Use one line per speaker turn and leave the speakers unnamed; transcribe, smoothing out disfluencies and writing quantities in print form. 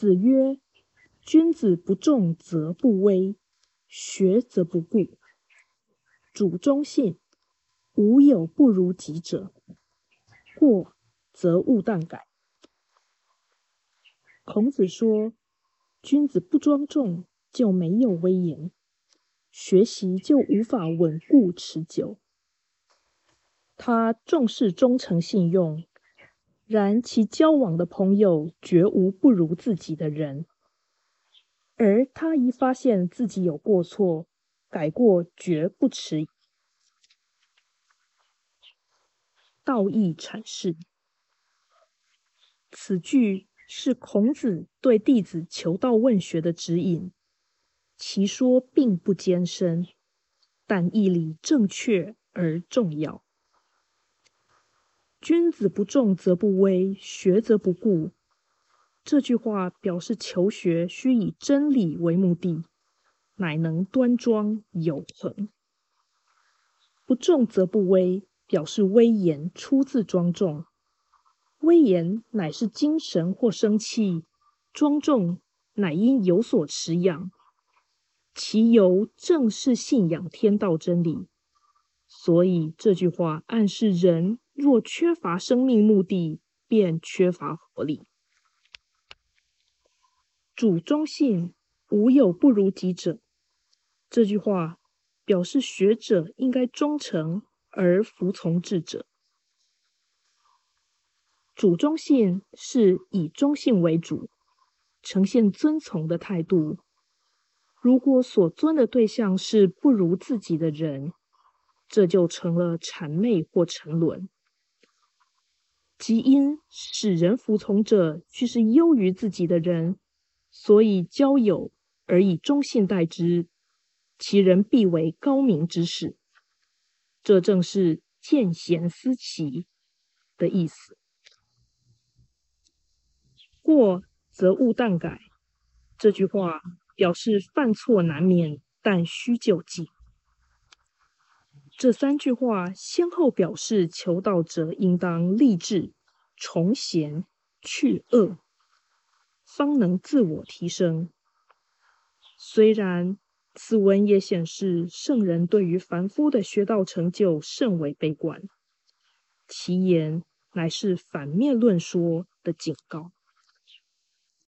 子曰：君子不重则不威，学则不固。主忠信，无有不如己者。过则勿惮改。孔子说，君子不庄重就没有威严，学习就无法稳固持久。他重视忠诚信用，然其交往的朋友绝无不如自己的人。而他一发现自己有过错，改过绝不迟疑。道义阐释，此句是孔子对弟子求道问学的指引，其说并不艰深，但义理正确而重要。君子不重则不威，学则不固。这句话表示求学须以真理为目的，乃能端庄有恒。不重则不威，表示威严出自庄重。威严乃是精神或生气，庄重乃因有所持养，其由正是信仰天道真理。所以这句话暗示人若缺乏生命目的，便缺乏活力。主忠信，无有不如己者。这句话表示学者应该忠诚而服从智者。主忠信是以忠信为主，呈现遵从的态度。如果所尊的对象是不如自己的人，这就成了谄媚或沉沦。即因使人服从者须是优于自己的人，所以交友而以忠信待之，其人必为高明之士。这正是见贤思齐的意思。过则勿惮改，这句话表示犯错难免，但须就计。这三句话先后表示求道者应当立志从贤去恶，方能自我提升。虽然此文也显示圣人对于凡夫的学道成就甚为悲观，其言乃是反面论说的警告。